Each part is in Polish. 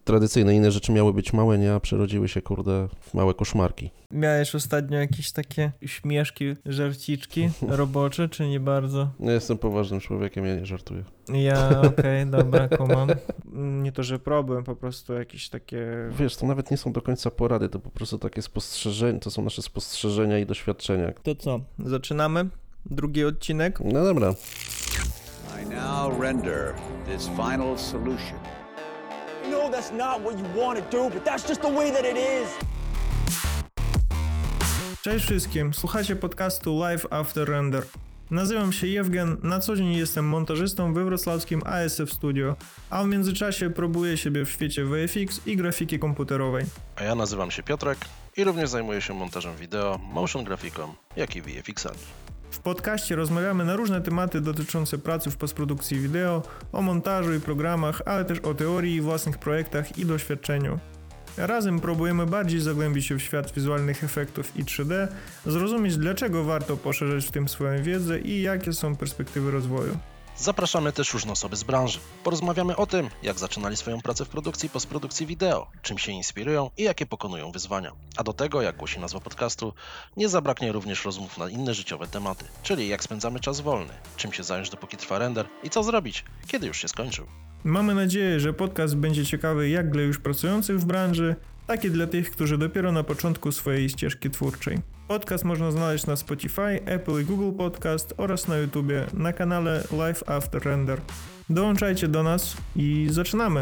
tradycyjne, inne rzeczy miały być małe, nie, a przerodziły się, kurde, w małe koszmarki. Miałeś ostatnio jakieś takie śmieszki, żarciczki robocze, czy nie bardzo? Ja jestem poważnym człowiekiem, ja nie żartuję. Okej, dobra, kumam. Nie to, że problem, po prostu jakieś takie... Wiesz, to nawet nie są do końca porady, to po prostu takie spostrzeżenia, to są nasze spostrzeżenia i doświadczenia. To co, zaczynamy? Drugi odcinek? No dobra. I now render this final solution. No, that's not what you want to do, but that's just the way that it is. Cześć wszystkim, słuchacie podcastu Live After Render. Nazywam się Jewgen, na co dzień jestem montażystą we wrocławskim ASF Studio, a w międzyczasie próbuję siebie w świecie VFX i grafiki komputerowej. A ja nazywam się Piotrek i również zajmuję się montażem wideo, motion grafiką, jak i VFX-ami. W podcaście rozmawiamy na różne tematy dotyczące pracy w postprodukcji wideo, o montażu i programach, ale też o teorii, własnych projektach i doświadczeniu. Razem próbujemy bardziej zagłębić się w świat wizualnych efektów i 3D, zrozumieć dlaczego warto poszerzać w tym swoją wiedzę i jakie są perspektywy rozwoju. Zapraszamy też różne osoby z branży. Porozmawiamy o tym, jak zaczynali swoją pracę w produkcji i postprodukcji wideo, czym się inspirują i jakie pokonują wyzwania. A do tego, jak głosi nazwa podcastu, nie zabraknie również rozmów na inne życiowe tematy, czyli jak spędzamy czas wolny, czym się zająć dopóki trwa render i co zrobić, kiedy już się skończył. Mamy nadzieję, że podcast będzie ciekawy jak dla już pracujących w branży, tak i dla tych, którzy dopiero na początku swojej ścieżki twórczej. Podcast można znaleźć na Spotify, Apple i Google Podcast oraz na YouTubie na kanale Live After Render. Dołączajcie do nas i zaczynamy!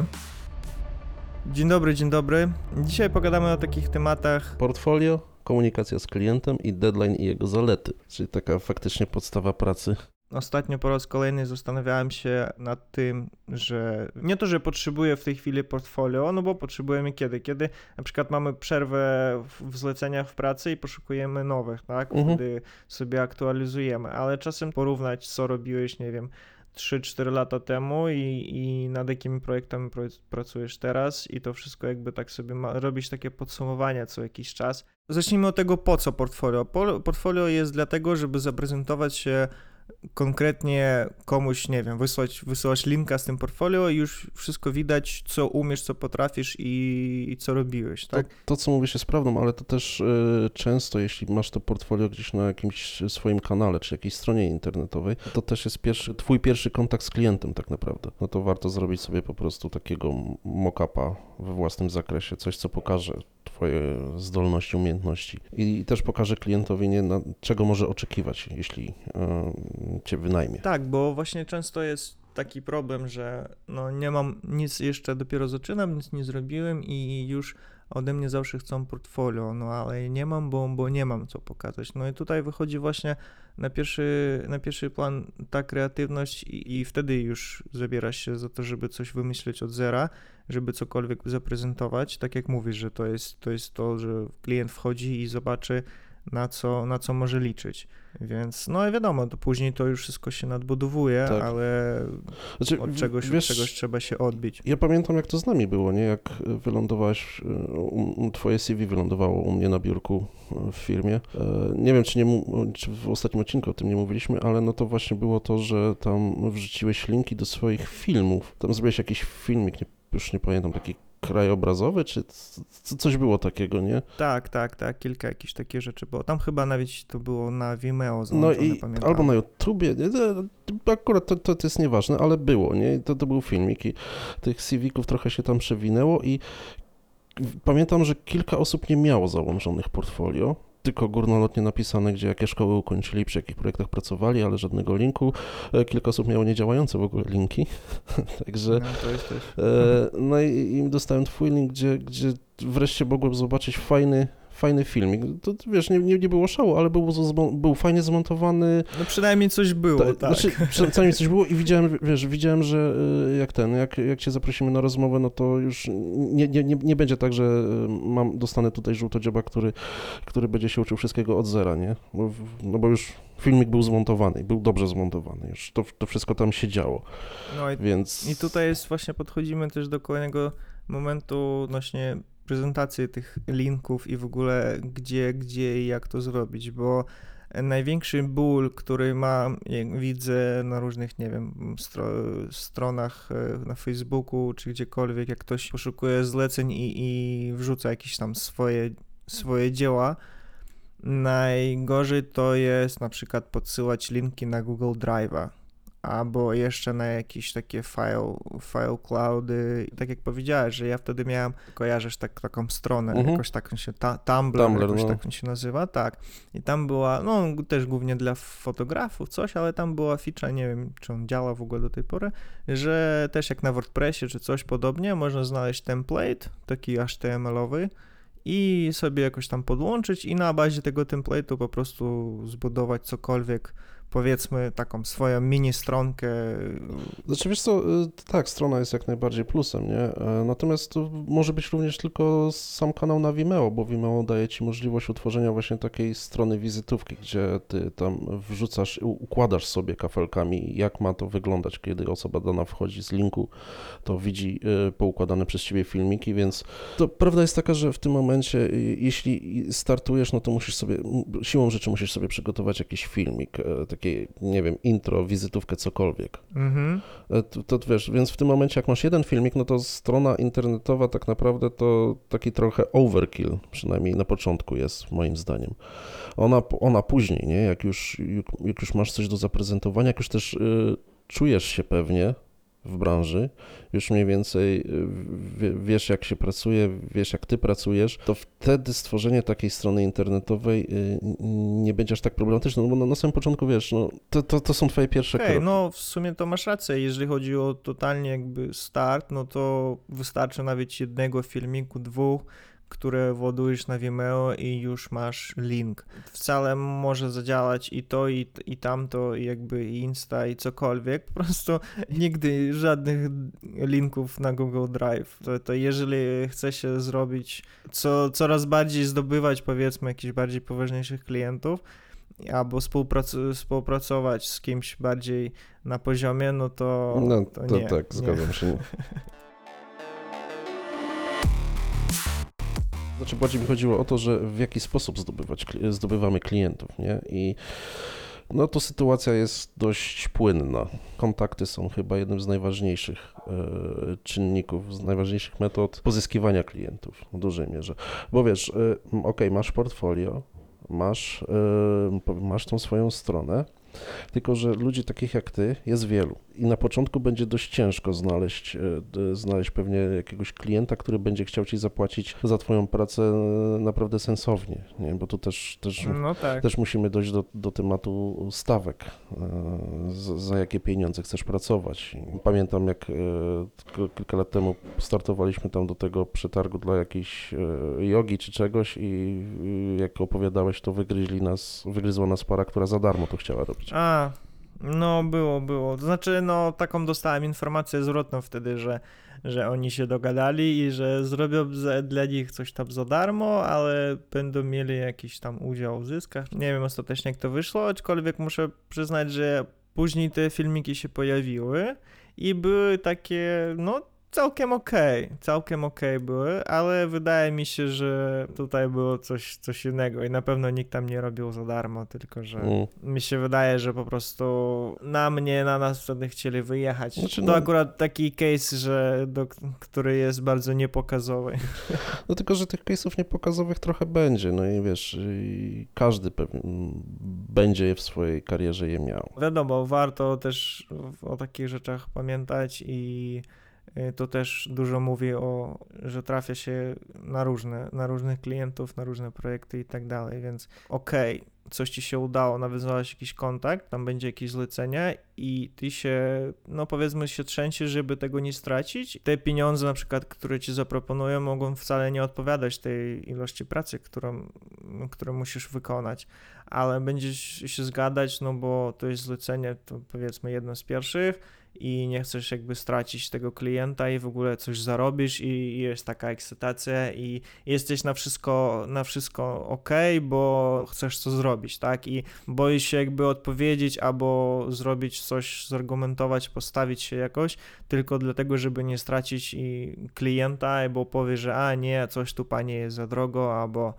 Dzień dobry. Dzisiaj pogadamy o takich tematach... Portfolio, komunikacja z klientem i deadline i jego zalety, czyli taka faktycznie podstawa pracy. Ostatnio po raz kolejny zastanawiałem się nad tym, że nie to, że potrzebuję w tej chwili portfolio, no bo potrzebujemy kiedy na przykład mamy przerwę w zleceniach w pracy i poszukujemy nowych, tak? Wtedy sobie aktualizujemy, ale czasem porównać, co robiłeś, nie wiem, 3-4 lata temu i nad jakimi projektami pracujesz teraz i to wszystko jakby tak sobie robić takie podsumowania co jakiś czas. Zacznijmy od tego, po co portfolio. Portfolio jest dlatego, żeby zaprezentować się konkretnie komuś, nie wiem, wysłać linka z tym portfolio i już wszystko widać, co umiesz, co potrafisz i co robiłeś, tak? To, co mówisz, jest prawdą, ale to też często, jeśli masz to portfolio gdzieś na jakimś swoim kanale, czy jakiejś stronie internetowej, to też jest twój pierwszy kontakt z klientem tak naprawdę. No to warto zrobić sobie po prostu takiego mock-upa we własnym zakresie, coś, co pokaże twoje zdolności, umiejętności i też pokaże klientowi, czego może oczekiwać, jeśli cię wynajmie. Tak, bo właśnie często jest taki problem, że no nie mam nic, jeszcze dopiero zaczynam, nic nie zrobiłem i już ode mnie zawsze chcą portfolio, no ale nie mam, bo nie mam co pokazać. No i tutaj wychodzi właśnie na pierwszy plan ta kreatywność i wtedy już zabierasz się za to, żeby coś wymyśleć od zera, żeby cokolwiek zaprezentować. Tak jak mówisz, że to jest to, że klient wchodzi i zobaczy, na co może liczyć. Więc no i wiadomo, to później to już wszystko się nadbudowuje, tak. Ale od czegoś trzeba się odbić. Ja pamiętam, jak to z nami było, nie? Jak wylądowałeś, twoje CV wylądowało u mnie na biurku w firmie. Nie wiem, czy w ostatnim odcinku o tym nie mówiliśmy, ale no to właśnie było to, że tam wrzuciłeś linki do swoich filmów. Tam zrobiłeś jakiś filmik, już nie pamiętam, taki krajobrazowy, czy coś było takiego, nie? Tak, kilka jakichś takich rzeczy było. Tam chyba nawet to było na Vimeo, no i pamiętam. Albo na YouTubie, akurat to jest nieważne, ale było, nie? To był filmik i tych CV-ków trochę się tam przewinęło i pamiętam, że kilka osób nie miało założonych portfolio, tylko górnolotnie napisane, gdzie jakie szkoły ukończyli, przy jakich projektach pracowali, ale żadnego linku. Kilka osób miało niedziałające w ogóle linki, także no, to jest też. No i dostałem twój link, gdzie wreszcie mogłem zobaczyć fajny filmik. To wiesz, nie było szału, ale był fajnie zmontowany. No przynajmniej coś było, tak. Znaczy, przynajmniej coś było i widziałem, że jak cię zaprosimy na rozmowę, no to już nie będzie tak, że dostanę tutaj żółtodzioba, który będzie się uczył wszystkiego od zera, nie? Bo już filmik był zmontowany, był dobrze zmontowany, już to wszystko tam się działo. No więc... i tutaj podchodzimy też do kolejnego momentu odnośnie prezentacji tych linków i w ogóle gdzie i jak to zrobić, bo największy ból, który mam, jak widzę na różnych, nie wiem, stronach na Facebooku czy gdziekolwiek, jak ktoś poszukuje zleceń i wrzuca jakieś tam swoje dzieła, najgorzej to jest na przykład podsyłać linki na Google Drive'a albo jeszcze na jakieś takie file cloudy. Tak jak powiedziałeś, że ja wtedy kojarzysz taką stronę, jakoś tak on się, Tumblr jakoś tak on się nazywa, tak. I tam była, no też głównie dla fotografów coś, ale tam była feature, nie wiem, czy on działa w ogóle do tej pory, że też jak na WordPressie czy coś podobnie, można znaleźć template, taki HTML-owy, i sobie jakoś tam podłączyć i na bazie tego template'u po prostu zbudować cokolwiek, powiedzmy taką swoją mini stronkę. Znaczy wiesz co, tak, strona jest jak najbardziej plusem, nie? Natomiast to może być również tylko sam kanał na Vimeo, bo Vimeo daje ci możliwość utworzenia właśnie takiej strony wizytówki, gdzie ty tam wrzucasz, układasz sobie kafelkami, jak ma to wyglądać, kiedy osoba dana wchodzi z linku, to widzi poukładane przez ciebie filmiki, więc to prawda jest taka, że w tym momencie, jeśli startujesz, no to musisz sobie, siłą rzeczy musisz sobie przygotować jakiś filmik, takie, nie wiem, intro, wizytówkę, cokolwiek. To wiesz, więc w tym momencie jak masz jeden filmik, no to strona internetowa tak naprawdę to taki trochę overkill, przynajmniej na początku jest, moim zdaniem. Ona później, nie? Jak już masz coś do zaprezentowania, jak już też czujesz się pewnie w branży, już mniej więcej wiesz, jak się pracuje, wiesz, jak ty pracujesz, to wtedy stworzenie takiej strony internetowej nie będzie aż tak problematyczne, no bo na samym początku, wiesz, no, to są twoje pierwsze kroki. No w sumie to masz rację, jeżeli chodzi o totalnie jakby start, no to wystarczy nawet jednego filmiku, 2, które władujesz na Vimeo i już masz link. Wcale może zadziałać i to, i tamto, i jakby Insta, i cokolwiek. Po prostu nigdy żadnych linków na Google Drive. To jeżeli chce się zrobić, coraz bardziej zdobywać, powiedzmy, jakichś bardziej poważniejszych klientów, albo współpracować z kimś bardziej na poziomie, no to nie. Tak, zgadzam się. Znaczy bardziej mi chodziło o to, że w jaki sposób zdobywamy klientów, nie? I no to sytuacja jest dość płynna. Kontakty są chyba jednym z najważniejszych czynników, z najważniejszych metod pozyskiwania klientów w dużej mierze. Bo wiesz, masz portfolio, masz tą swoją stronę, tylko że ludzi takich jak ty jest wielu i na początku będzie dość ciężko znaleźć pewnie jakiegoś klienta, który będzie chciał ci zapłacić za twoją pracę naprawdę sensownie, nie? Bo tu też musimy dojść do tematu stawek, za jakie pieniądze chcesz pracować. Pamiętam, jak kilka lat temu startowaliśmy tam do tego przetargu dla jakiejś jogi czy czegoś i jak opowiadałeś, to wygryzła nas para, która za darmo to chciała robić. No było. To znaczy, no taką dostałem informację zwrotną wtedy, że oni się dogadali i że zrobią dla nich coś tam za darmo, ale będą mieli jakiś tam udział w zyskach. Nie wiem ostatecznie jak to wyszło, aczkolwiek muszę przyznać, że później te filmiki się pojawiły i były takie, no całkiem okej były, ale wydaje mi się, że tutaj było coś innego i na pewno nikt tam nie robił za darmo, tylko że mi się wydaje, że po prostu na nas wtedy chcieli wyjechać. Znaczy, to akurat taki case, który jest bardzo niepokazowy. No tylko, że tych case'ów niepokazowych trochę będzie, no i wiesz, każdy pewnie będzie w swojej karierze je miał. Wiadomo, warto też o takich rzeczach pamiętać i to też dużo mówi że trafia się na różnych klientów, na różne projekty i tak dalej, więc coś ci się udało, nawiązałeś jakiś kontakt, tam będzie jakieś zlecenie i ty się, no powiedzmy się trzęsiesz, żeby tego nie stracić. Te pieniądze na przykład, które ci zaproponują, mogą wcale nie odpowiadać tej ilości pracy, którą musisz wykonać, ale będziesz się zgadać, no bo to jest zlecenie, to powiedzmy jedno z pierwszych i nie chcesz jakby stracić tego klienta i w ogóle coś zarobisz i jest taka ekscytacja i jesteś na wszystko okej, bo chcesz to zrobić, tak? I boisz się jakby odpowiedzieć albo zrobić coś, zargumentować, postawić się jakoś, tylko dlatego, żeby nie stracić i klienta, albo powie, że a nie, coś tu panie jest za drogo, albo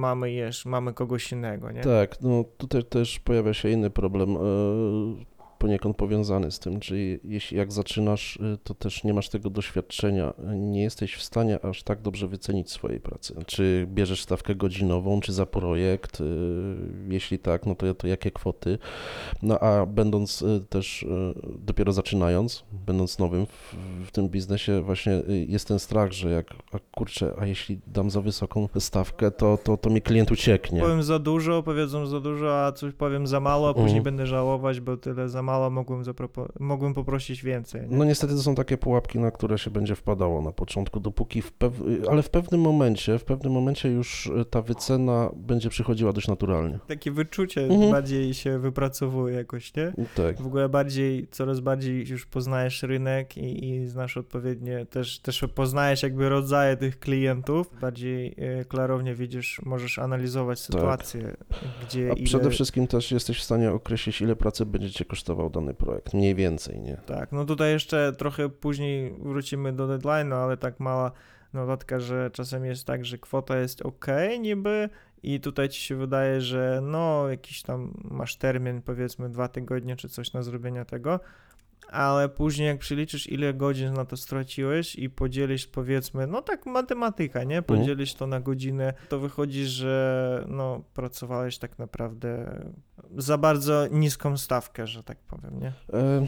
mamy kogoś innego, nie? Tak, no tutaj też pojawia się inny problem, poniekąd powiązany z tym, czyli jeśli jak zaczynasz, to też nie masz tego doświadczenia, nie jesteś w stanie aż tak dobrze wycenić swojej pracy. Czy bierzesz stawkę godzinową, czy za projekt, jeśli tak, no to jakie kwoty, no a będąc też dopiero zaczynając, będąc nowym w tym biznesie, właśnie jest ten strach, że a jeśli dam za wysoką stawkę, to mi klient ucieknie. Powiem za dużo, powiedzą za dużo, a coś powiem za mało, a później będę żałować, bo tyle za mało mogłem poprosić więcej. Nie? No niestety to są takie pułapki, na które się będzie wpadało na początku, dopóki ale w pewnym momencie już ta wycena będzie przychodziła dość naturalnie. Takie wyczucie bardziej się wypracowuje jakoś, nie? Tak. W ogóle coraz bardziej już poznajesz rynek i znasz odpowiednie, też poznajesz jakby rodzaje tych klientów, bardziej klarownie widzisz, możesz analizować sytuację, gdzie A przede wszystkim też jesteś w stanie określić, ile pracy będzie cię kosztował dany projekt, mniej więcej, nie? Tak, no tutaj jeszcze trochę później wrócimy do deadline'u, ale tak mała notatka, że czasem jest tak, że kwota jest okej niby i tutaj ci się wydaje, że no jakiś tam masz termin, powiedzmy 2 tygodnie czy coś na zrobienie tego, ale później jak przeliczysz, ile godzin na to straciłeś i podzielisz, powiedzmy, no tak matematyka, nie? Podzielisz to na godzinę, to wychodzi, że no pracowałeś tak naprawdę za bardzo niską stawkę, że tak powiem, nie?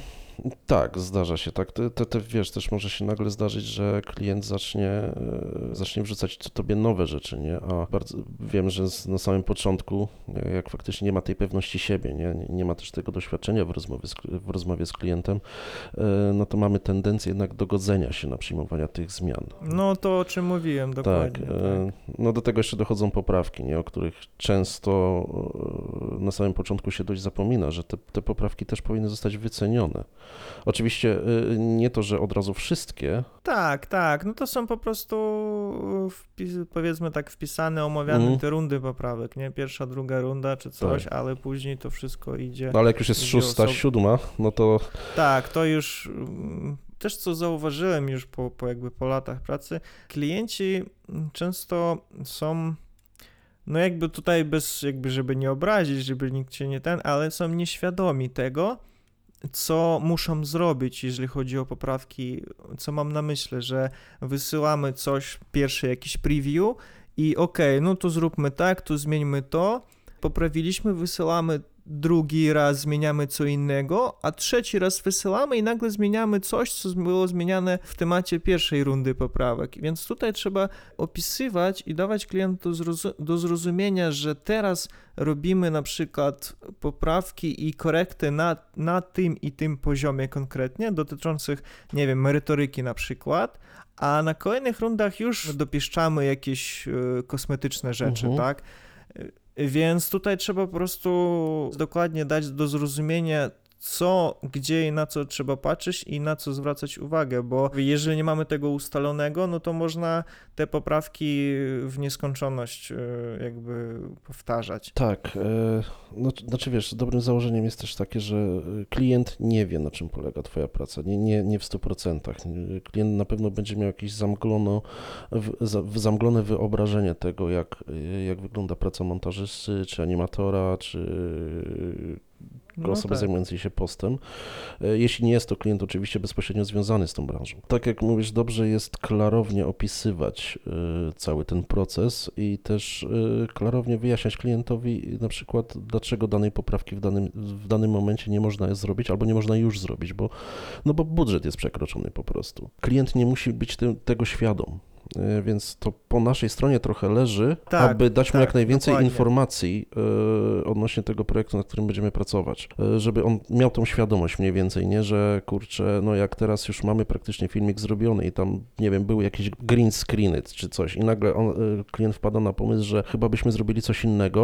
Tak, zdarza się, tak. Wiesz, też może się nagle zdarzyć, że klient zacznie wrzucać tobie nowe rzeczy, nie? A bardzo wiem, że na samym początku, jak faktycznie nie ma tej pewności siebie, nie ma też tego doświadczenia w rozmowie z klientem, no to mamy tendencję jednak do godzenia się na przyjmowania tych zmian. No to o czym mówiłem, dokładnie. Tak. No do tego jeszcze dochodzą poprawki, nie? O których często na samym początku się dość zapomina, że te poprawki też powinny zostać wycenione. Oczywiście nie to, że od razu wszystkie. Tak, no to są po prostu powiedzmy tak wpisane, omawiane te rundy poprawek, nie? Pierwsza, druga runda czy coś, tak. Ale później to wszystko idzie. No ale jak już jest 6., 7., no to... Tak, to już też co zauważyłem już po latach pracy, klienci często są, no jakby tutaj żeby nie obrazić, żeby nikt się ale są nieświadomi tego, co muszą zrobić, jeżeli chodzi o poprawki, co mam na myśli, że wysyłamy coś, pierwszy jakiś preview i no to zróbmy tak, tu zmieńmy to, poprawiliśmy, wysyłamy drugi raz, zmieniamy co innego, a trzeci raz wysyłamy i nagle zmieniamy coś, co było zmieniane w temacie pierwszej rundy poprawek. Więc tutaj trzeba opisywać i dawać klientu do zrozumienia, że teraz robimy na przykład poprawki i korekty na tym i tym poziomie konkretnie, dotyczących, nie wiem, merytoryki na przykład, a na kolejnych rundach już dopieszczamy jakieś kosmetyczne rzeczy, tak? Więc tutaj trzeba po prostu dokładnie dać do zrozumienia, co, gdzie i na co trzeba patrzeć i na co zwracać uwagę, bo jeżeli nie mamy tego ustalonego, no to można te poprawki w nieskończoność jakby powtarzać. Tak, no, znaczy wiesz, dobrym założeniem jest też takie, że klient nie wie, na czym polega twoja praca, nie w 100%. Klient na pewno będzie miał jakieś zamglone wyobrażenie tego, jak wygląda praca montażysty, czy animatora, czy osoby zajmującej się postem. Jeśli nie jest to klient oczywiście bezpośrednio związany z tą branżą. Tak jak mówisz, dobrze jest klarownie opisywać cały ten proces i też klarownie wyjaśniać klientowi na przykład, dlaczego danej poprawki w danym momencie nie można zrobić albo nie można już zrobić, bo budżet jest przekroczony po prostu. Klient nie musi być tego świadom. Więc to po naszej stronie trochę leży, aby dać mu jak najwięcej informacji odnośnie tego projektu, nad którym będziemy pracować, żeby on miał tą świadomość mniej więcej, nie, że kurczę, no jak teraz już mamy praktycznie filmik zrobiony i tam, nie wiem, były jakieś green screeny czy coś i nagle klient wpada na pomysł, że chyba byśmy zrobili coś innego,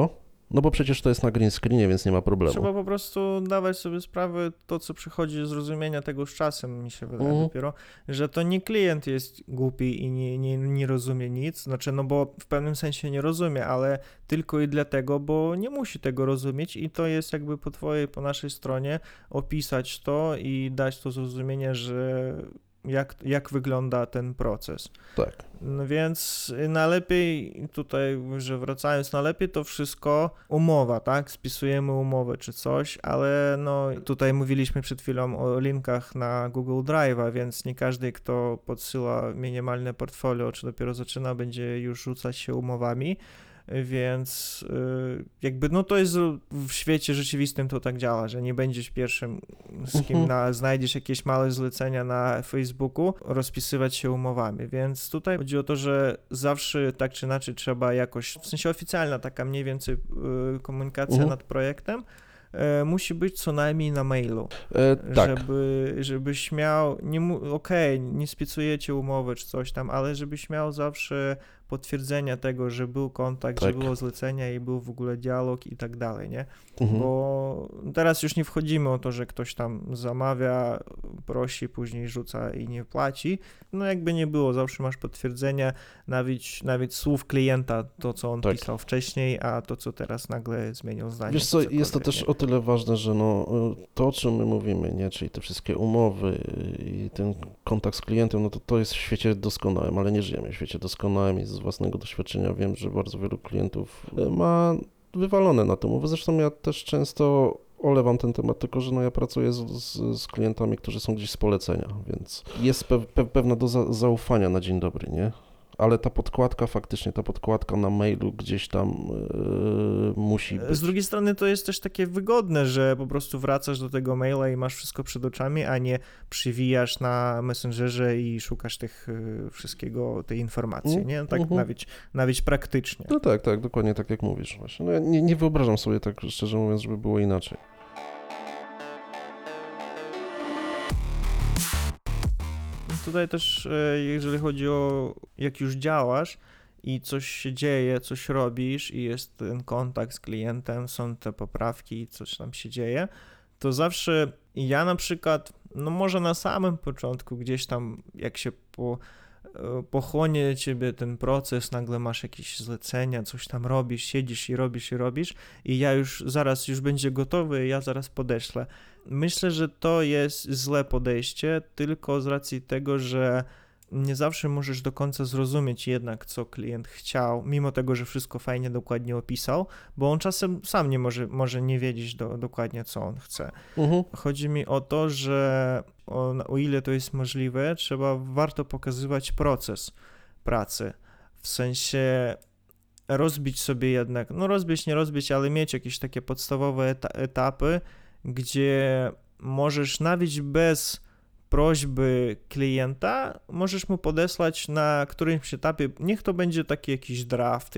No bo przecież to jest na green screenie, więc nie ma problemu. Trzeba po prostu dawać sobie sprawę, to co przychodzi z zrozumienia tego z czasem, mi się wydaje dopiero, że to nie klient jest głupi i nie rozumie nic, znaczy no bo w pewnym sensie nie rozumie, ale tylko i dlatego, bo nie musi tego rozumieć i to jest jakby po naszej stronie opisać to i dać to zrozumienie, że jak wygląda ten proces. Tak. No więc najlepiej tutaj, że wracając, najlepiej to wszystko umowa, tak? Spisujemy umowę czy coś, ale no tutaj mówiliśmy przed chwilą o linkach na Google Drive'a, więc nie każdy, kto podsyła minimalne portfolio, czy dopiero zaczyna, będzie już rzucać się umowami. Więc jakby no to jest w świecie rzeczywistym to tak działa, że nie będziesz pierwszym, z kim znajdziesz jakieś małe zlecenia na Facebooku, rozpisywać się umowami, więc tutaj chodzi o to, że zawsze tak czy inaczej trzeba jakoś, w sensie oficjalna taka mniej więcej komunikacja nad projektem, musi być co najmniej na mailu, tak. żebyś miał, nie spiecujecie umowy czy coś tam, ale żebyś miał zawsze potwierdzenia tego, że był kontakt, że było zlecenia i był w ogóle dialog i tak dalej, nie? Bo teraz już nie wchodzimy o to, że ktoś tam zamawia, prosi, później rzuca i nie płaci. No jakby nie było, zawsze masz potwierdzenia, nawet słów klienta, to co on pisał wcześniej, a to co teraz nagle zmienił zdanie. Wiesz co, jest to też o tyle ważne, że no, to o czym my mówimy, nie, czyli te wszystkie umowy i ten kontakt z klientem, no to jest w świecie doskonałym, ale nie żyjemy w świecie doskonałym i z własnego doświadczenia wiem, że bardzo wielu klientów ma wywalone na tę umowę. Zresztą ja też często olewam ten temat, tylko że no ja pracuję z klientami, którzy są gdzieś z polecenia, więc jest pewna doza zaufania na dzień dobry, nie? Ale ta podkładka faktycznie, ta podkładka na mailu gdzieś tam musi być. Z drugiej strony to jest też takie wygodne, że po prostu wracasz do tego maila i masz wszystko przed oczami, a nie przywijasz na Messengerze i szukasz tej informacji, nie? Tak nawet praktycznie. No tak, dokładnie tak jak mówisz właśnie. No ja nie wyobrażam sobie tak, szczerze mówiąc, żeby było inaczej. Tutaj też, jeżeli chodzi o jak już działasz i coś się dzieje, coś robisz i jest ten kontakt z klientem, są te poprawki i coś tam się dzieje, to zawsze ja na przykład, no może na samym początku gdzieś tam jak się pochłonie ciebie ten proces, nagle masz jakieś zlecenia, coś tam robisz, siedzisz i robisz i ja zaraz będzie gotowy, ja zaraz podeślę. Myślę, że to jest złe podejście, tylko z racji tego, że nie zawsze możesz do końca zrozumieć jednak, co klient chciał, mimo tego, że wszystko fajnie, dokładnie opisał, bo on czasem sam nie może nie wiedzieć dokładnie, co on chce. Chodzi mi o to, że o ile to jest możliwe, warto pokazywać proces pracy, w sensie rozbić sobie jednak, no nie rozbić, ale mieć jakieś takie podstawowe etapy, gdzie możesz nawet bez prośby klienta, możesz mu podesłać na którymś etapie, niech to będzie taki jakiś draft,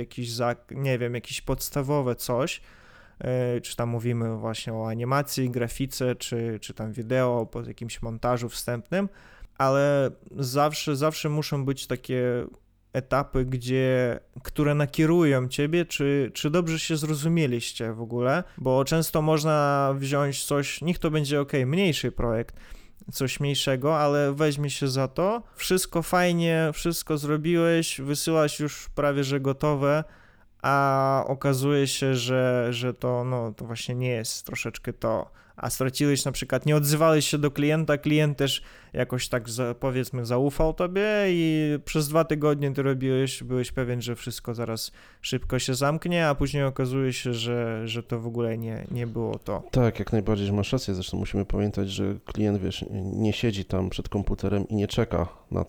jakieś podstawowe coś, czy tam mówimy właśnie o animacji, grafice, czy tam wideo, po jakimś montażu wstępnym, ale zawsze muszą być takie etapy, które nakierują ciebie, czy dobrze się zrozumieliście w ogóle, bo często można wziąć coś, niech to będzie mniejszy projekt, coś mniejszego, ale weźmie się za to, wszystko fajnie, wszystko zrobiłeś, wysyłasz już prawie że gotowe, a okazuje się, że to właśnie nie jest troszeczkę to, a straciłeś na przykład, nie odzywałeś się do klienta, klient też jakoś tak powiedzmy zaufał tobie i przez 2 tygodnie ty byłeś pewien, że wszystko zaraz szybko się zamknie, a później okazuje się, że to w ogóle nie było to. Tak, jak najbardziej masz rację, zresztą musimy pamiętać, że klient, wiesz, nie siedzi tam przed komputerem i nie czeka na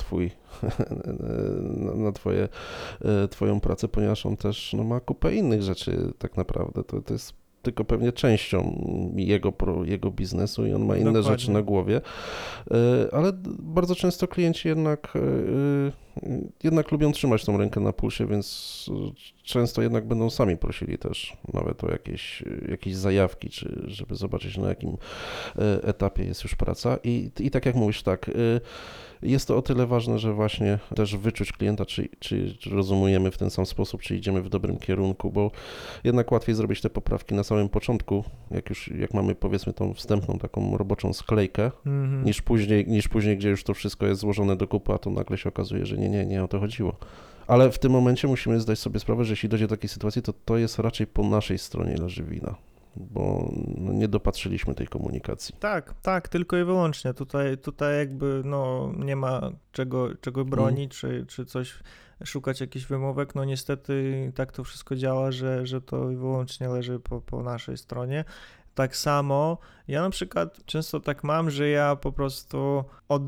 twoją pracę, ponieważ on też ma kupę innych rzeczy tak naprawdę, to jest tylko pewnie częścią jego biznesu i on ma inne rzeczy na głowie, ale bardzo często klienci jednak jednak lubią trzymać tą rękę na pulsie, więc często jednak będą sami prosili też nawet o jakieś zajawki, czy żeby zobaczyć, na jakim etapie jest już praca. I tak jak mówisz, tak, jest to o tyle ważne, że właśnie też wyczuć klienta, czy rozumiemy w ten sam sposób, czy idziemy w dobrym kierunku, bo jednak łatwiej zrobić te poprawki na samym początku, jak mamy powiedzmy tą wstępną taką roboczą sklejkę, niż później, gdzie już to wszystko jest złożone do kupy, a to nagle się okazuje, że nie o to chodziło. Ale w tym momencie musimy zdać sobie sprawę, że jeśli dojdzie do takiej sytuacji, to jest raczej po naszej stronie leży wina, bo nie dopatrzyliśmy tej komunikacji. Tak, tylko i wyłącznie. Tutaj jakby nie ma czego bronić, czy coś szukać jakichś wymówek. No niestety tak to wszystko działa, że to i wyłącznie leży po naszej stronie. Tak samo ja na przykład często tak mam, że ja po prostu od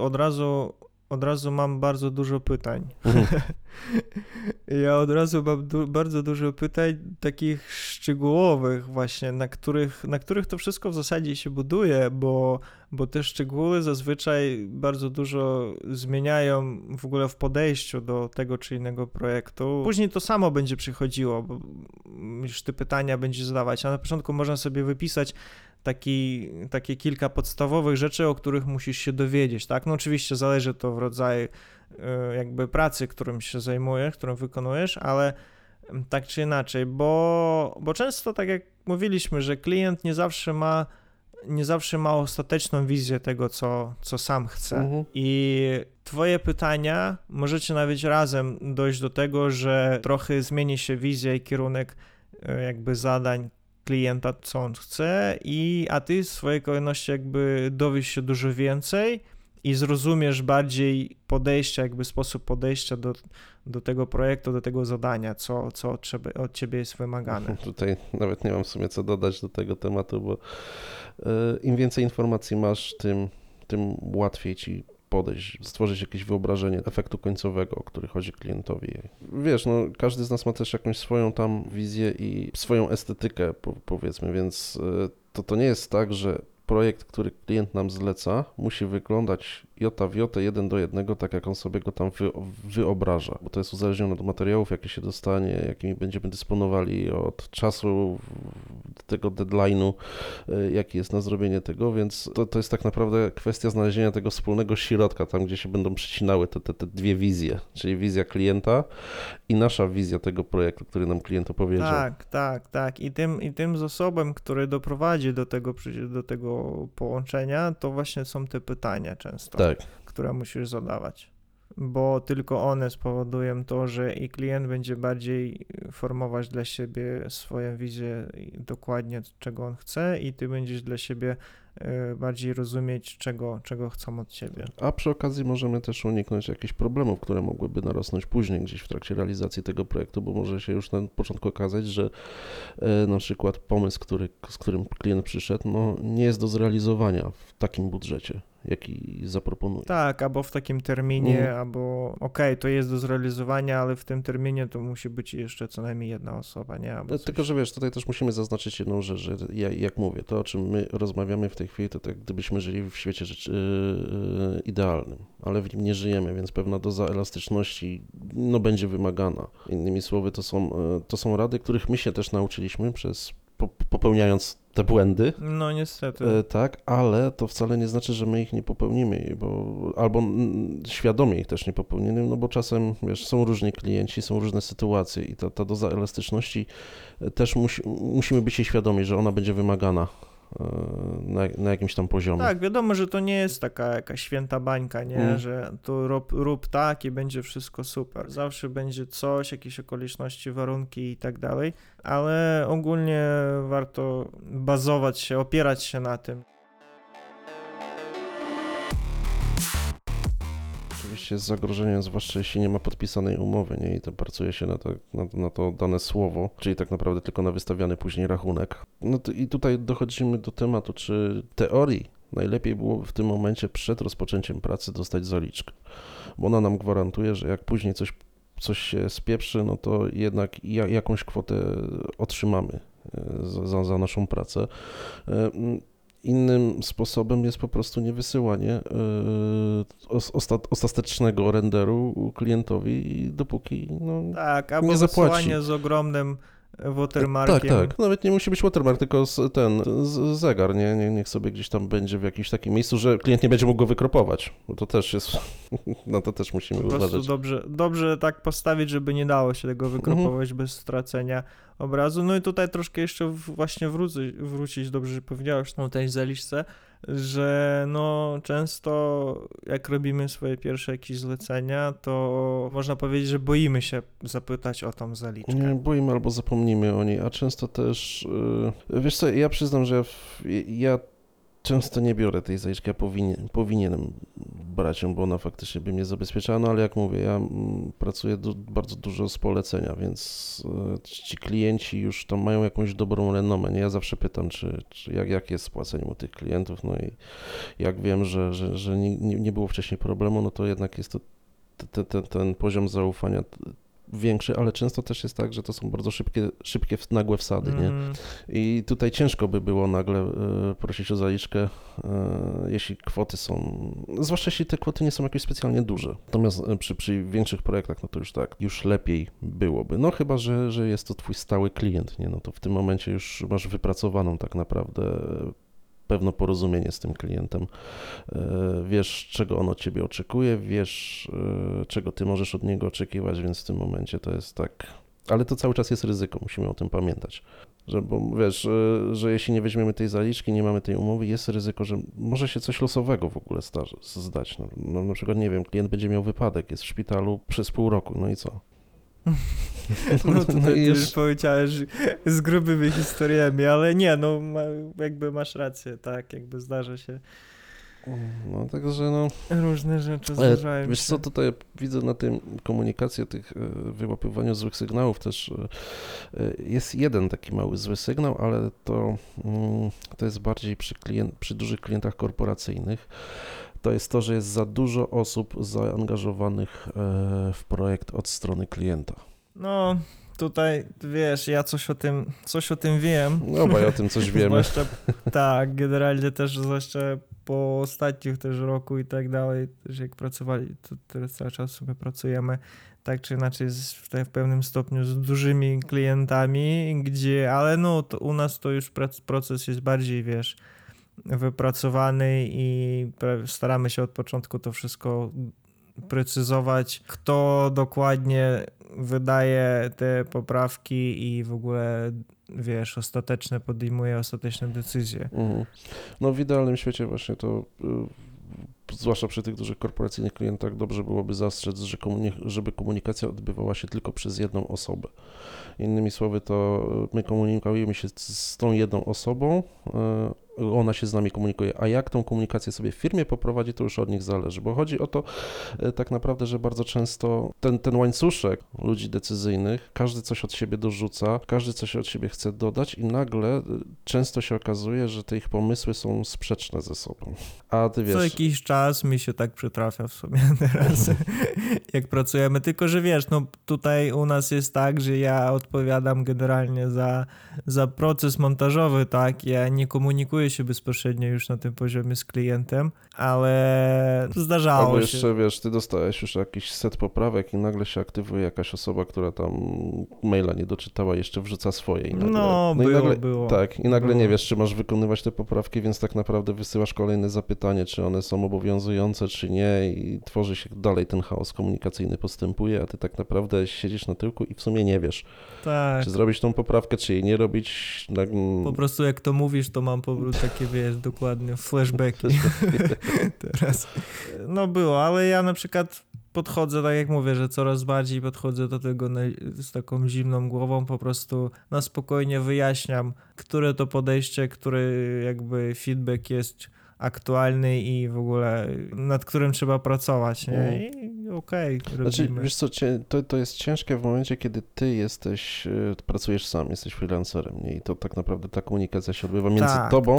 razu mam bardzo dużo pytań. Ja od razu mam bardzo dużo pytań takich szczegółowych właśnie, na których to wszystko w zasadzie się buduje, bo te szczegóły zazwyczaj bardzo dużo zmieniają w ogóle w podejściu do tego czy innego projektu. Później to samo będzie przychodziło, bo już te pytania będzie zadawać, a na początku można sobie wypisać takie kilka podstawowych rzeczy, o których musisz się dowiedzieć, tak? No oczywiście zależy to w rodzaju jakby pracy, którym się zajmujesz, którą wykonujesz, ale tak czy inaczej, bo często tak jak mówiliśmy, że klient nie zawsze ma ostateczną wizję tego, co sam chce. I twoje pytania możecie nawet razem dojść do tego, że trochę zmieni się wizja i kierunek jakby zadań klienta, co on chce, a ty w swojej kolejności jakby dowiesz się dużo więcej i zrozumiesz bardziej sposób podejścia do tego projektu, do tego zadania, co od ciebie jest wymagane. Tutaj nawet nie mam w sumie co dodać do tego tematu, bo im więcej informacji masz, tym łatwiej ci podejść, stworzyć jakieś wyobrażenie efektu końcowego, o który chodzi klientowi. Wiesz, każdy z nas ma też jakąś swoją tam wizję i swoją estetykę, powiedzmy, więc to nie jest tak, że projekt, który klient nam zleca, musi wyglądać jota w jotę, 1:1, tak jak on sobie go tam wyobraża, bo to jest uzależnione od materiałów, jakie się dostanie, jakimi będziemy dysponowali, od czasu tego deadline'u, jaki jest na zrobienie tego, więc to jest tak naprawdę kwestia znalezienia tego wspólnego środka, tam gdzie się będą przecinały te dwie wizje, czyli wizja klienta i nasza wizja tego projektu, który nam klient opowiedział. Tak. I tym zasobem, który doprowadzi do tego połączenia, to właśnie są te pytania często, które musisz zadawać. Bo tylko one spowodują to, że i klient będzie bardziej formować dla siebie swoją wizję i dokładnie czego on chce i ty będziesz dla siebie bardziej rozumieć, czego chcą od ciebie. A przy okazji możemy też uniknąć jakichś problemów, które mogłyby narosnąć później gdzieś w trakcie realizacji tego projektu, bo może się już na początku okazać, że na przykład pomysł, z którym klient przyszedł, nie jest do zrealizowania w takim budżecie, jaki zaproponuje. Tak, albo w takim terminie, albo to jest do zrealizowania, ale w tym terminie to musi być jeszcze co najmniej jedna osoba, nie? Tylko, że wiesz, tutaj też musimy zaznaczyć jedną rzecz, że jak mówię, to o czym my rozmawiamy w tej chwili, to tak gdybyśmy żyli w świecie idealnym, ale w nim nie żyjemy, więc pewna doza elastyczności będzie wymagana. Innymi słowy, to są rady, których my się też nauczyliśmy popełniając te błędy. No niestety. Tak, ale to wcale nie znaczy, że my ich nie popełnimy, albo świadomie ich też nie popełnimy, bo czasem, wiesz, są różni klienci, są różne sytuacje i ta doza elastyczności też musimy być jej świadomi, że ona będzie wymagana na jakimś tam poziomie. Tak, wiadomo, że to nie jest taka jakaś święta bańka, nie, że tu rób tak i będzie wszystko super. Zawsze będzie coś, jakieś okoliczności, warunki i tak dalej, ale ogólnie warto opierać się na tym. Oczywiście jest zagrożeniem, zwłaszcza jeśli nie ma podpisanej umowy, nie? I to pracuje się na to dane słowo, czyli tak naprawdę tylko na wystawiany później rachunek. I tutaj dochodzimy do tematu, czy teorii najlepiej byłoby w tym momencie przed rozpoczęciem pracy dostać zaliczkę, bo ona nam gwarantuje, że jak później coś się spieprzy, to jednak jakąś kwotę otrzymamy za naszą pracę. Innym sposobem jest po prostu niewysyłanie ostatecznego renderu klientowi, dopóki Tak, albo nie zapłaci. wysyłanie z ogromnym watermarkiem. Tak. Nawet nie musi być watermark, tylko zegar, nie? Niech sobie gdzieś tam będzie w jakimś takim miejscu, że klient nie będzie mógł go wykropować. Bo to też jest, to też musimy Po prostu uważać. dobrze tak postawić, żeby nie dało się tego wykropować bez stracenia obrazu. No i tutaj troszkę jeszcze właśnie wrócić, dobrze, że powiedziałeś o tej zaliczce, że często jak robimy swoje pierwsze jakieś zlecenia, to można powiedzieć, że boimy się zapytać o tą zaliczkę. Nie boimy albo zapomnimy o niej, a często też, wiesz co, ja przyznam, że ja często nie biorę tej zaliczki, ja powinienem brać ją, bo ona faktycznie by mnie zabezpieczała, no ale jak mówię, ja pracuję bardzo dużo z polecenia, więc ci klienci już tam mają jakąś dobrą renomę, nie? Ja zawsze pytam, jak jest z płaceniem u tych klientów, no i jak wiem, że nie było wcześniej problemu, no to jednak jest to ten poziom zaufania większy, ale często też jest tak, że to są bardzo szybkie, nagłe wsady, nie? I tutaj ciężko by było nagle prosić o zaliczkę, jeśli kwoty są, zwłaszcza jeśli te kwoty nie są jakieś specjalnie duże. Natomiast przy większych projektach, no to już lepiej byłoby. No chyba, że jest to twój stały klient, nie? No to w tym momencie już masz wypracowaną tak naprawdę pewne porozumienie z tym klientem, wiesz, czego on od ciebie oczekuje, wiesz, czego ty możesz od niego oczekiwać, więc w tym momencie to jest tak, ale to cały czas jest ryzyko, musimy o tym pamiętać, bo wiesz, że jeśli nie weźmiemy tej zaliczki, nie mamy tej umowy, jest ryzyko, że może się coś losowego w ogóle zdać, no na przykład, nie wiem, klient będzie miał wypadek, jest w szpitalu przez pół roku, no i co? No to ty już powiedziałeś z grubymi historiami, ale nie, jakby masz rację, tak, jakby zdarza się. No także różne rzeczy zdarzają wiesz się. co, tutaj widzę na tym komunikacji, tych wyłapywaniu złych sygnałów też jest jeden taki mały zły sygnał, ale to jest bardziej przy dużych klientach korporacyjnych. To jest to, że jest za dużo osób zaangażowanych w projekt od strony klienta. No, tutaj, wiesz, ja coś o tym wiem. No, bo ja o tym coś wiemy. Tak, generalnie też, zwłaszcza po ostatnich też roku i tak dalej, też jak pracowali, to teraz cały czas sobie pracujemy, tak czy inaczej w pewnym stopniu z dużymi klientami, ale to u nas to już proces jest bardziej, wiesz, wypracowany i staramy się od początku to wszystko precyzować, kto dokładnie wydaje te poprawki i w ogóle, wiesz, podejmuje ostateczne decyzje. No w idealnym świecie właśnie to, zwłaszcza przy tych dużych korporacyjnych klientach, dobrze byłoby zastrzec, żeby komunikacja odbywała się tylko przez jedną osobę. Innymi słowy, to my komunikujemy się z tą jedną osobą, ona się z nami komunikuje, a jak tą komunikację sobie w firmie poprowadzi, to już od nich zależy, bo chodzi o to tak naprawdę, że bardzo często ten łańcuszek ludzi decyzyjnych, każdy coś od siebie dorzuca, każdy coś od siebie chce dodać i nagle często się okazuje, że te ich pomysły są sprzeczne ze sobą. A ty wiesz... Co jakiś czas mi się tak przytrafia w sumie teraz, jak pracujemy, tylko że wiesz, tutaj u nas jest tak, że ja odpowiadam generalnie za proces montażowy, tak, ja nie komunikuję się bezpośrednio już na tym poziomie z klientem, ale zdarzało Albo się. jeszcze, wiesz, ty dostałeś już jakiś set poprawek i nagle się aktywuje jakaś osoba, która tam maila nie doczytała, jeszcze wrzuca swoje i nagle... było. Tak, i nagle nie wiesz, czy masz wykonywać te poprawki, więc tak naprawdę wysyłasz kolejne zapytanie, czy one są obowiązujące, czy nie i tworzy się dalej ten chaos komunikacyjny, postępuje, a ty tak naprawdę siedzisz na tyłku i w sumie nie wiesz, tak. czy zrobić tą poprawkę, czy jej nie robić. Po prostu jak to mówisz, to mam takie, wiesz, dokładnie flashbacki teraz. Było, ale ja na przykład podchodzę, tak jak mówię, że coraz bardziej podchodzę do tego z taką zimną głową, po prostu na spokojnie wyjaśniam, które to podejście, który jakby feedback jest aktualny i w ogóle nad którym trzeba pracować, nie? I okej, robimy. Znaczy, wiesz co, to jest ciężkie w momencie, kiedy ty pracujesz sam, jesteś freelancerem, nie? I to tak naprawdę ta komunikacja się odbywa między tobą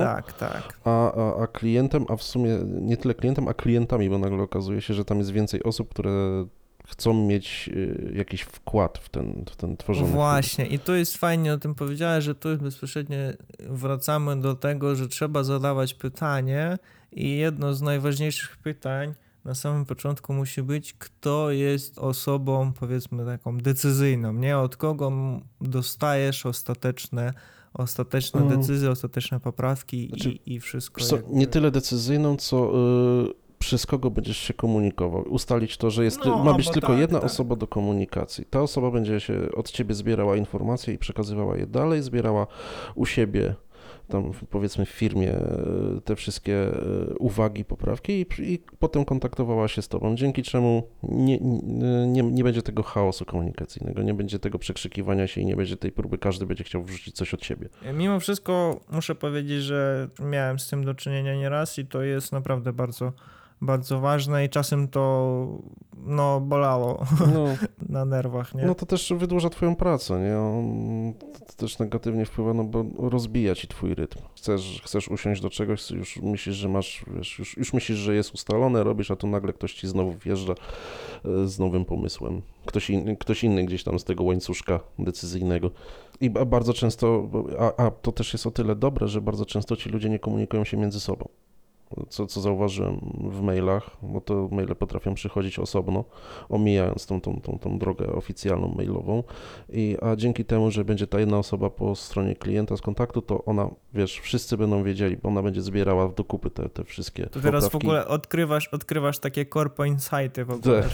a klientem, a w sumie nie tyle klientem, a klientami, bo nagle okazuje się, że tam jest więcej osób, które chcą mieć jakiś wkład w ten tworzony film. Właśnie, i to jest fajnie o tym powiedziałeś, że tu już bezpośrednio wracamy do tego, że trzeba zadawać pytanie i jedno z najważniejszych pytań na samym początku musi być, kto jest osobą, powiedzmy, taką decyzyjną, nie? Od kogo dostajesz ostateczne decyzje, ostateczne poprawki i wszystko. Wiesz co, nie tyle decyzyjną, co przez kogo będziesz się komunikował. Ustalić to, że ma być tylko jedna osoba do komunikacji. Ta osoba będzie się od ciebie zbierała informacje i przekazywała je dalej, zbierała u siebie, tam powiedzmy w firmie, te wszystkie uwagi, poprawki i potem kontaktowała się z tobą, dzięki czemu nie będzie tego chaosu komunikacyjnego, nie będzie tego przekrzykiwania się i nie będzie tej próby, każdy będzie chciał wrzucić coś od siebie. Mimo wszystko muszę powiedzieć, że miałem z tym do czynienia nieraz i to jest naprawdę bardzo, bardzo ważne i czasem to bolało na nerwach, nie? No to też wydłuża twoją pracę, nie? To też negatywnie wpływa, bo rozbija ci twój rytm. Chcesz usiąść do czegoś, już myślisz, że masz, wiesz, już myślisz, że jest ustalone, robisz, a tu nagle ktoś ci znowu wjeżdża z nowym pomysłem. Ktoś inny gdzieś tam z tego łańcuszka decyzyjnego. I bardzo często, a to też jest o tyle dobre, że bardzo często ci ludzie nie komunikują się między sobą. Co zauważyłem w mailach, bo to maile potrafią przychodzić osobno, omijając tą drogę oficjalną mailową, a dzięki temu, że będzie ta jedna osoba po stronie klienta z kontaktu, to ona, wiesz, wszyscy będą wiedzieli, bo ona będzie zbierała do kupy te wszystkie To teraz poprawki. w ogóle odkrywasz takie corpo insighty w ogóle,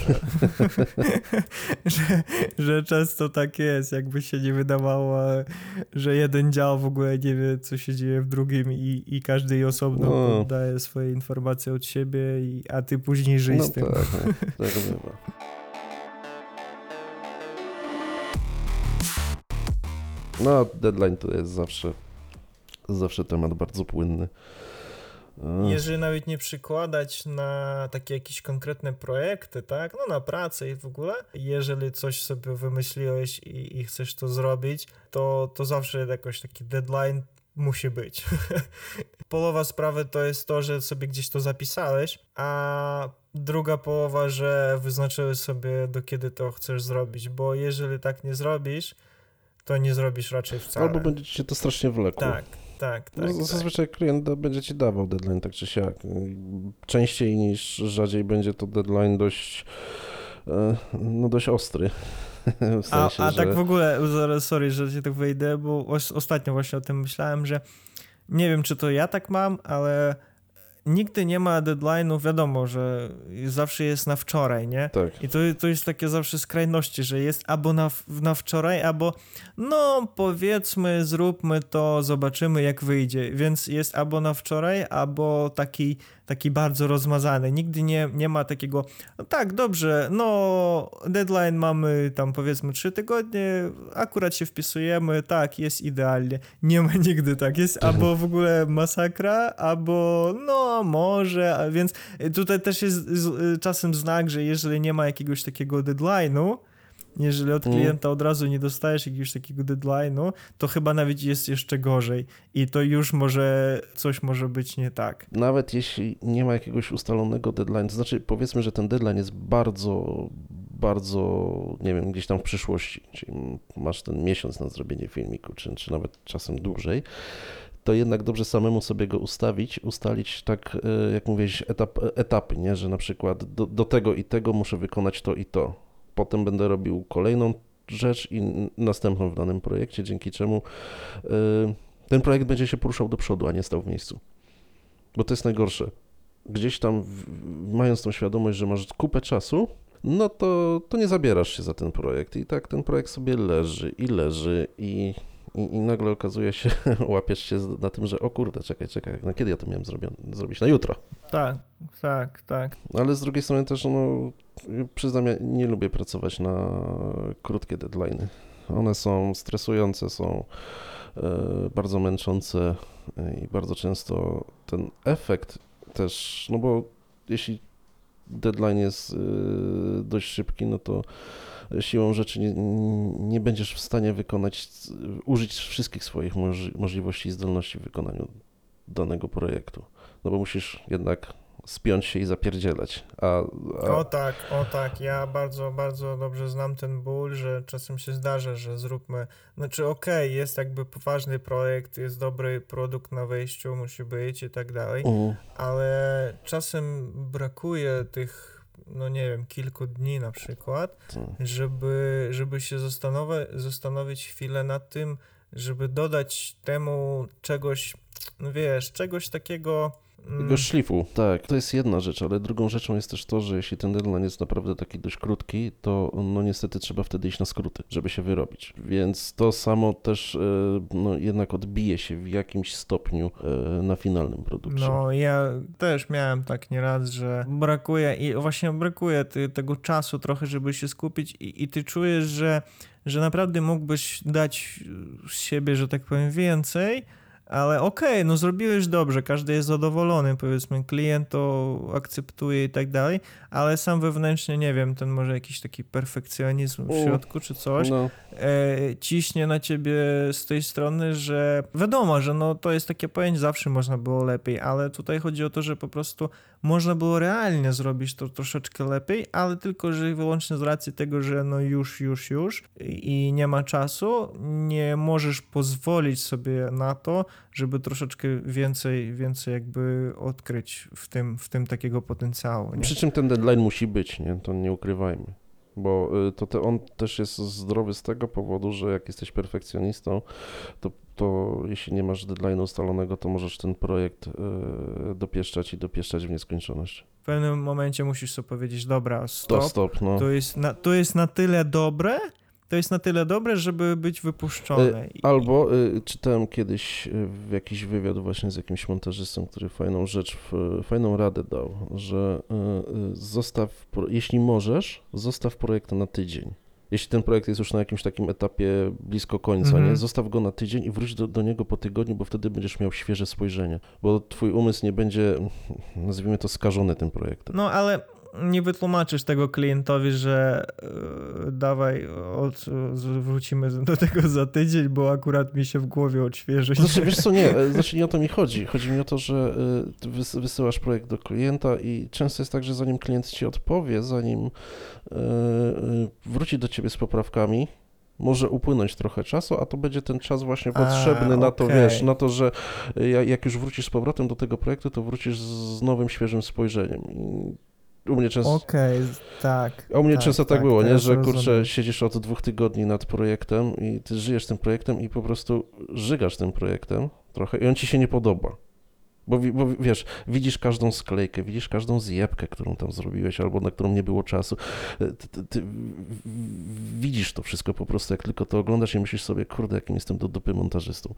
że często tak jest, jakby się nie wydawało, że jeden dział w ogóle nie wie, co się dzieje w drugim i każdy jej osobno daje swoje informacje od siebie, a ty później żyj z tym. Tak bywa. No, deadline to jest zawsze temat bardzo płynny. Jeżeli nawet nie przykładać na takie jakieś konkretne projekty, tak, na pracę i w ogóle, jeżeli coś sobie wymyśliłeś i chcesz to zrobić, to zawsze jakoś taki deadline musi być. Połowa sprawy to jest to, że sobie gdzieś to zapisałeś, a druga połowa, że wyznaczyłeś sobie, do kiedy to chcesz zrobić, bo jeżeli tak nie zrobisz, to nie zrobisz raczej wcale. Albo będzie ci się to strasznie wlekło. Tak. Zazwyczaj klient będzie ci dawał deadline tak czy siak. Częściej niż rzadziej będzie to deadline dość ostry. W sensie, a tak w ogóle, sorry, że ci tak wejdę, bo ostatnio właśnie o tym myślałem, że nie wiem, czy to ja tak mam, ale nigdy nie ma deadline'u, wiadomo, że zawsze jest na wczoraj, nie? Tak. I to jest takie zawsze skrajności, że jest albo na wczoraj, albo powiedzmy, zróbmy to, zobaczymy jak wyjdzie, więc jest albo na wczoraj, albo taki bardzo rozmazany. Nigdy nie ma takiego, tak, dobrze, deadline mamy tam powiedzmy 3 tygodnie, akurat się wpisujemy, tak, jest idealnie. Nie ma nigdy tak, jest albo w ogóle masakra, albo może, a więc tutaj też jest czasem znak, że jeżeli nie ma jakiegoś takiego deadline'u, jeżeli od klienta od razu nie dostajesz jakiegoś takiego deadline'u, to chyba nawet jest jeszcze gorzej i to już coś może być nie tak. Nawet jeśli nie ma jakiegoś ustalonego deadline, to znaczy powiedzmy, że ten deadline jest bardzo, bardzo, nie wiem, gdzieś tam w przyszłości, czyli masz ten miesiąc na zrobienie filmiku, czy nawet czasem dłużej, to jednak dobrze samemu sobie go ustalić tak, jak mówiłeś, etapy, nie? Że na przykład do tego i tego muszę wykonać to i to. Potem będę robił kolejną rzecz i następną w danym projekcie, dzięki czemu ten projekt będzie się poruszał do przodu, a nie stał w miejscu. Bo to jest najgorsze. Gdzieś tam, mając tą świadomość, że masz kupę czasu, to nie zabierasz się za ten projekt i tak ten projekt sobie leży i nagle okazuje się, łapiesz się na tym, że o kurde, czekaj, na kiedy ja to miałem zrobić? Na jutro. Tak. Ale z drugiej strony też, przyznam, ja nie lubię pracować na krótkie deadline'y. One są stresujące, są bardzo męczące i bardzo często ten efekt też, bo jeśli deadline jest dość szybki, to siłą rzeczy nie będziesz w stanie użyć wszystkich swoich możliwości i zdolności w wykonaniu danego projektu. Bo musisz jednak spiąć się i zapierdzielać. O tak, ja bardzo, bardzo dobrze znam ten ból, że czasem się zdarza, że zróbmy, znaczy okej, jest jakby poważny projekt, jest dobry produkt na wejściu, musi być i tak dalej, ale czasem brakuje tych, no nie wiem, kilku dni na przykład, żeby się zastanowić chwilę nad tym, żeby dodać temu czegoś, no wiesz, czegoś takiego... Tego szlifu. Tak, to jest jedna rzecz, ale drugą rzeczą jest też to, że jeśli ten deadline jest naprawdę taki dość krótki, to no niestety trzeba wtedy iść na skróty, żeby się wyrobić. Więc to samo też no jednak odbije się w jakimś stopniu na finalnym produkcie. No ja też miałem tak nieraz, że brakuje tego czasu trochę, żeby się skupić i ty czujesz, że naprawdę mógłbyś dać z siebie, że tak powiem, więcej, ale okej, no zrobiłeś dobrze, każdy jest zadowolony, powiedzmy, klient to akceptuje i tak dalej, ale sam wewnętrznie, nie wiem, ten może jakiś taki perfekcjonizm w środku czy coś, ciśnie na ciebie z tej strony, że wiadomo, że no to jest takie pojęcie, zawsze można było lepiej, ale tutaj chodzi o to, że po prostu można było realnie zrobić to troszeczkę lepiej, ale tylko, że wyłącznie z racji tego, że no już i nie ma czasu, nie możesz pozwolić sobie na to, żeby troszeczkę więcej jakby odkryć w tym takiego potencjału. Nie? Przy czym ten deadline musi być, nie? To nie ukrywajmy. Bo on też jest zdrowy z tego powodu, że jak jesteś perfekcjonistą, to jeśli nie masz deadline'u ustalonego, to możesz ten projekt dopieszczać w nieskończoność. W pewnym momencie musisz sobie powiedzieć, dobra, stop, no. To jest na tyle dobre, żeby być wypuszczone. Albo czytałem kiedyś w jakiś wywiad właśnie z jakimś montażystą, który fajną radę dał, że jeśli możesz, zostaw projekt na tydzień. Jeśli ten projekt jest już na jakimś takim etapie blisko końca, nie? Zostaw go na tydzień i wróć do niego po tygodniu, bo wtedy będziesz miał świeże spojrzenie, bo twój umysł nie będzie, nazwijmy to, skażony tym projektem. No ale nie wytłumaczysz tego klientowi, że dawaj, wrócimy do tego za tydzień, bo akurat mi się w głowie odświeży. Znaczy, wiesz co, nie o to mi chodzi. Chodzi mi o to, że wysyłasz projekt do klienta i często jest tak, że zanim klient ci odpowie, zanim wróci do ciebie z poprawkami, może upłynąć trochę czasu, a to będzie ten czas właśnie potrzebny na to, wiesz, na to, że jak już wrócisz z powrotem do tego projektu, to wrócisz z nowym, świeżym spojrzeniem. U mnie często... tak. A u mnie często tak było, nie? Że kurczę, rozumiem. siedzisz od 2 tygodni nad projektem i ty żyjesz tym projektem i po prostu żygasz tym projektem trochę i on ci się nie podoba. Bo wiesz, widzisz każdą sklejkę, widzisz każdą zjebkę, którą tam zrobiłeś, albo na którą nie było czasu. Ty widzisz to wszystko po prostu, jak tylko to oglądasz i myślisz sobie, kurde, jakim jestem do dupy montażystą.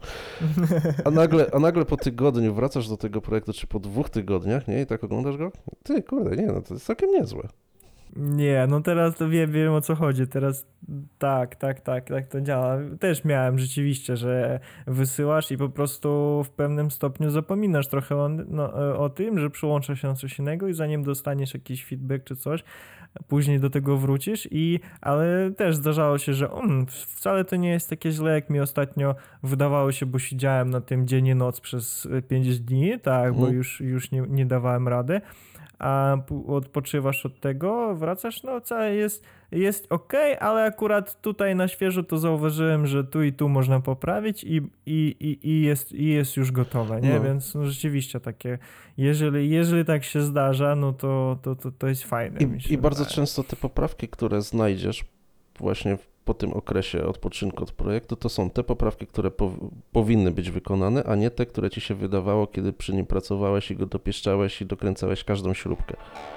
A nagle po tygodniu wracasz do tego projektu, czy po 2 tygodniach, nie? I tak oglądasz go? Ty, kurde, nie, no to jest całkiem niezłe. Nie, no teraz to wiem o co chodzi, teraz tak to działa. Też miałem rzeczywiście, że wysyłasz i po prostu w pewnym stopniu zapominasz trochę o tym, że przyłącza się na coś innego i zanim dostaniesz jakiś feedback czy coś, później do tego wrócisz ale też zdarzało się, że wcale to nie jest takie źle, jak mi ostatnio wydawało się, bo siedziałem na tym dzień i noc przez 5 dni, tak, bo już nie dawałem rady. A odpoczywasz od tego, wracasz, no całe jest okej, ale akurat tutaj na świeżo to zauważyłem, że tu i tu można poprawić i jest już gotowe, nie? No. Więc no, rzeczywiście takie, jeżeli tak się zdarza, no to jest fajne. I bardzo często te poprawki, które znajdziesz właśnie po tym okresie odpoczynku od projektu, to są te poprawki, które powinny być wykonane, a nie te, które ci się wydawało, kiedy przy nim pracowałeś i go dopieszczałeś i dokręcałeś każdą śrubkę.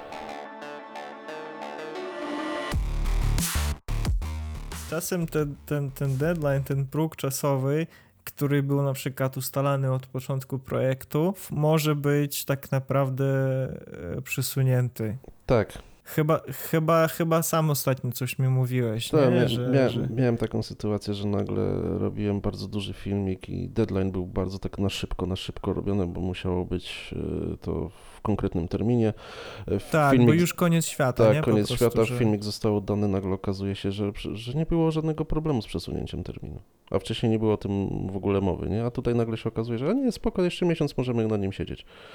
Czasem ten deadline, ten próg czasowy, który był na przykład ustalany od początku projektu, może być tak naprawdę przesunięty. Tak. Chyba sam ostatnio coś mi mówiłeś, Tak, nie? Miałem taką sytuację, że nagle robiłem bardzo duży filmik i deadline był bardzo tak na szybko robiony, bo musiało być to w konkretnym terminie. Bo już koniec świata, tak, nie? Koniec świata, że... filmik został oddany, nagle okazuje się, że nie było żadnego problemu z przesunięciem terminu. A wcześniej nie było o tym w ogóle mowy, nie? A tutaj nagle się okazuje, że nie, spoko, jeszcze miesiąc możemy na nim siedzieć.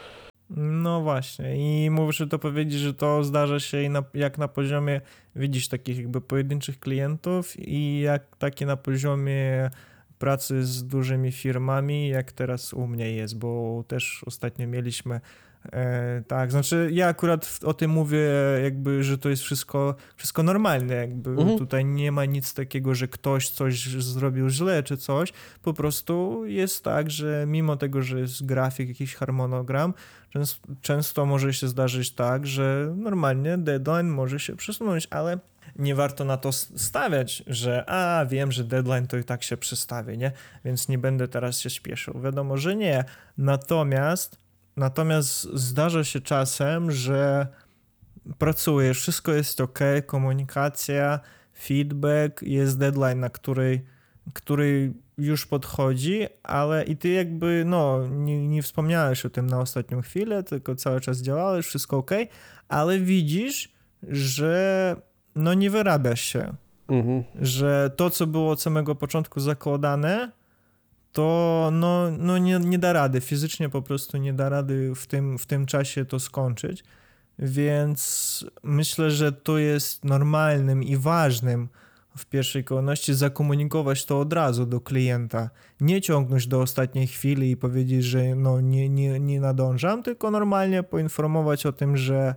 No właśnie i muszę to powiedzieć, że to zdarza się jak na poziomie, widzisz, takich jakby pojedynczych klientów i jak takie na poziomie pracy z dużymi firmami, jak teraz u mnie jest, bo też ostatnio mieliśmy tak, znaczy ja akurat o tym mówię jakby, że to jest wszystko normalne, jakby tutaj nie ma nic takiego, że ktoś coś zrobił źle czy coś, po prostu jest tak, że mimo tego, że jest grafik, jakiś harmonogram, często może się zdarzyć tak, że normalnie deadline może się przesunąć, ale nie warto na to stawiać, że wiem, że deadline to i tak się przestawi, nie? Więc nie będę teraz się śpieszył. Wiadomo, że nie. Natomiast zdarza się czasem, że pracujesz, wszystko jest ok, komunikacja, feedback, jest deadline, na który już podchodzi, ale i ty jakby, nie wspomniałeś o tym na ostatnią chwilę, tylko cały czas działałeś, wszystko ok, ale widzisz, że nie wyrabiasz się, że to, co było od samego początku zakładane, to nie da rady, fizycznie po prostu nie da rady w tym czasie to skończyć, więc myślę, że to jest normalnym i ważnym w pierwszej kolejności zakomunikować to od razu do klienta, nie ciągnąć do ostatniej chwili i powiedzieć, że nie nadążam, tylko normalnie poinformować o tym, że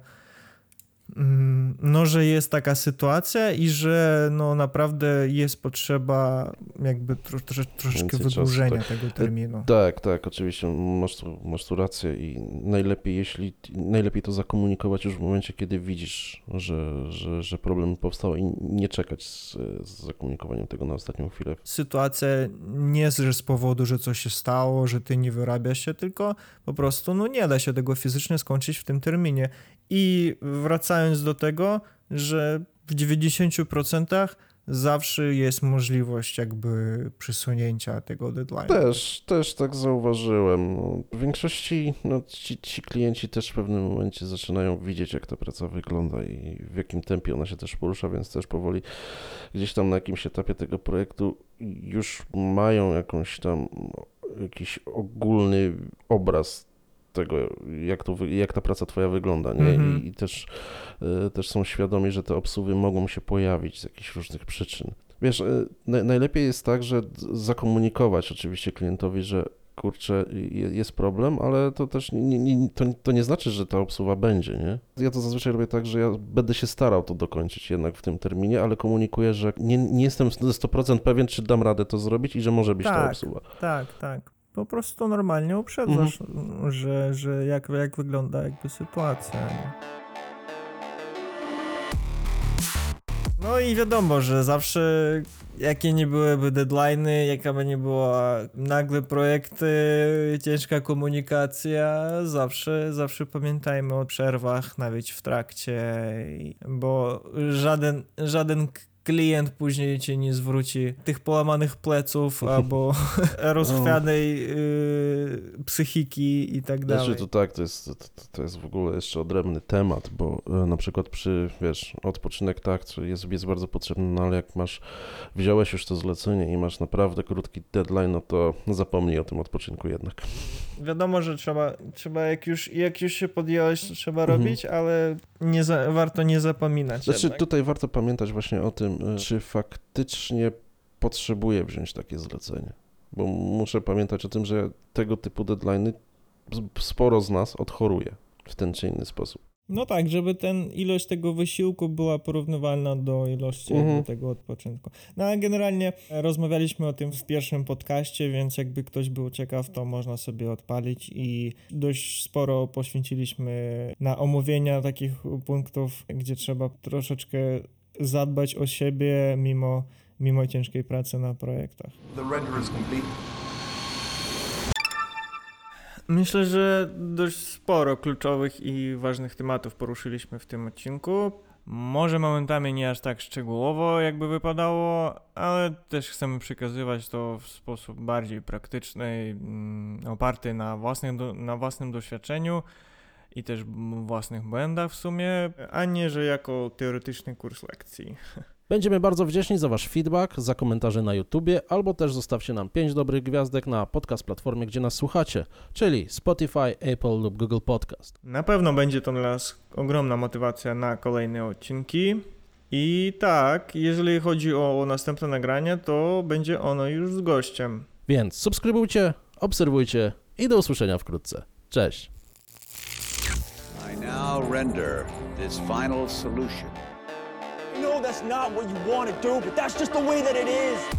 że jest taka sytuacja i że naprawdę jest potrzeba jakby troszeczkę wydłużenia tego terminu. Tak, oczywiście, masz tu rację i najlepiej to zakomunikować już w momencie, kiedy widzisz, że problem powstał i nie czekać z zakomunikowaniem tego na ostatnią chwilę. Sytuacja nie jest z powodu, że coś się stało, że ty nie wyrabiasz się, tylko po prostu nie da się tego fizycznie skończyć w tym terminie. I wracając do tego, że w 90% zawsze jest możliwość jakby przesunięcia tego deadline'u. Też tak zauważyłem. W większości ci klienci też w pewnym momencie zaczynają widzieć, jak ta praca wygląda i w jakim tempie ona się też porusza, więc też powoli gdzieś tam na jakimś etapie tego projektu już mają jakiś ogólny obraz tego, jak ta praca twoja wygląda, nie? I też są świadomi, że te obsuwy mogą się pojawić z jakichś różnych przyczyn. Wiesz, najlepiej jest tak, że zakomunikować oczywiście klientowi, że kurczę, jest problem, ale to też to nie znaczy, że ta obsuwa będzie, nie? Ja to zazwyczaj robię tak, że ja będę się starał to dokończyć jednak w tym terminie, ale komunikuję, że nie jestem 100% pewien, czy dam radę to zrobić i że może być ta obsuwa. Tak. Po prostu normalnie uprzedzasz, że jak wygląda jakby sytuacja. No i wiadomo, że zawsze jakie nie byłyby deadline'y, jaka by nie była nagle projekty, ciężka komunikacja, zawsze pamiętajmy o przerwach, nawet w trakcie, bo żaden klient później cię nie zwróci tych połamanych pleców albo rozchwianej psychiki i tak dalej. Znaczy to tak, to jest w ogóle jeszcze odrębny temat, bo na przykład odpoczynek jest bardzo potrzebny, no ale jak wziąłeś już to zlecenie i masz naprawdę krótki deadline, no to zapomnij o tym odpoczynku jednak. Wiadomo, że trzeba jak już się podjąłeś, to trzeba robić, ale warto nie zapominać. Znaczy tutaj warto pamiętać właśnie o tym, czy faktycznie potrzebuję wziąć takie zlecenie, bo muszę pamiętać o tym, że tego typu deadline'y sporo z nas odchoruje w ten czy inny sposób. No tak, żeby ilość tego wysiłku była porównywalna do ilości tego odpoczynku. No a generalnie rozmawialiśmy o tym w pierwszym podcaście, więc jakby ktoś był ciekaw, to można sobie odpalić i dość sporo poświęciliśmy na omówienia takich punktów, gdzie trzeba troszeczkę zadbać o siebie mimo ciężkiej pracy na projektach. The render is complete. Myślę, że dość sporo kluczowych i ważnych tematów poruszyliśmy w tym odcinku. Może momentami nie aż tak szczegółowo, jakby wypadało, ale też chcemy przekazywać to w sposób bardziej praktyczny, oparty na własnym doświadczeniu i też własnych błędach w sumie, a nie, że jako teoretyczny kurs lekcji. Będziemy bardzo wdzięczni za wasz feedback, za komentarze na YouTubie, albo też zostawcie nam 5 dobrych gwiazdek na podcast platformie, gdzie nas słuchacie, czyli Spotify, Apple lub Google Podcast. Na pewno będzie to dla nas ogromna motywacja na kolejne odcinki. I tak, jeżeli chodzi o następne nagranie, to będzie ono już z gościem. Więc subskrybujcie, obserwujcie i do usłyszenia wkrótce. Cześć! I now render this final solution. I know that's not what you want to do, but that's just the way that it is.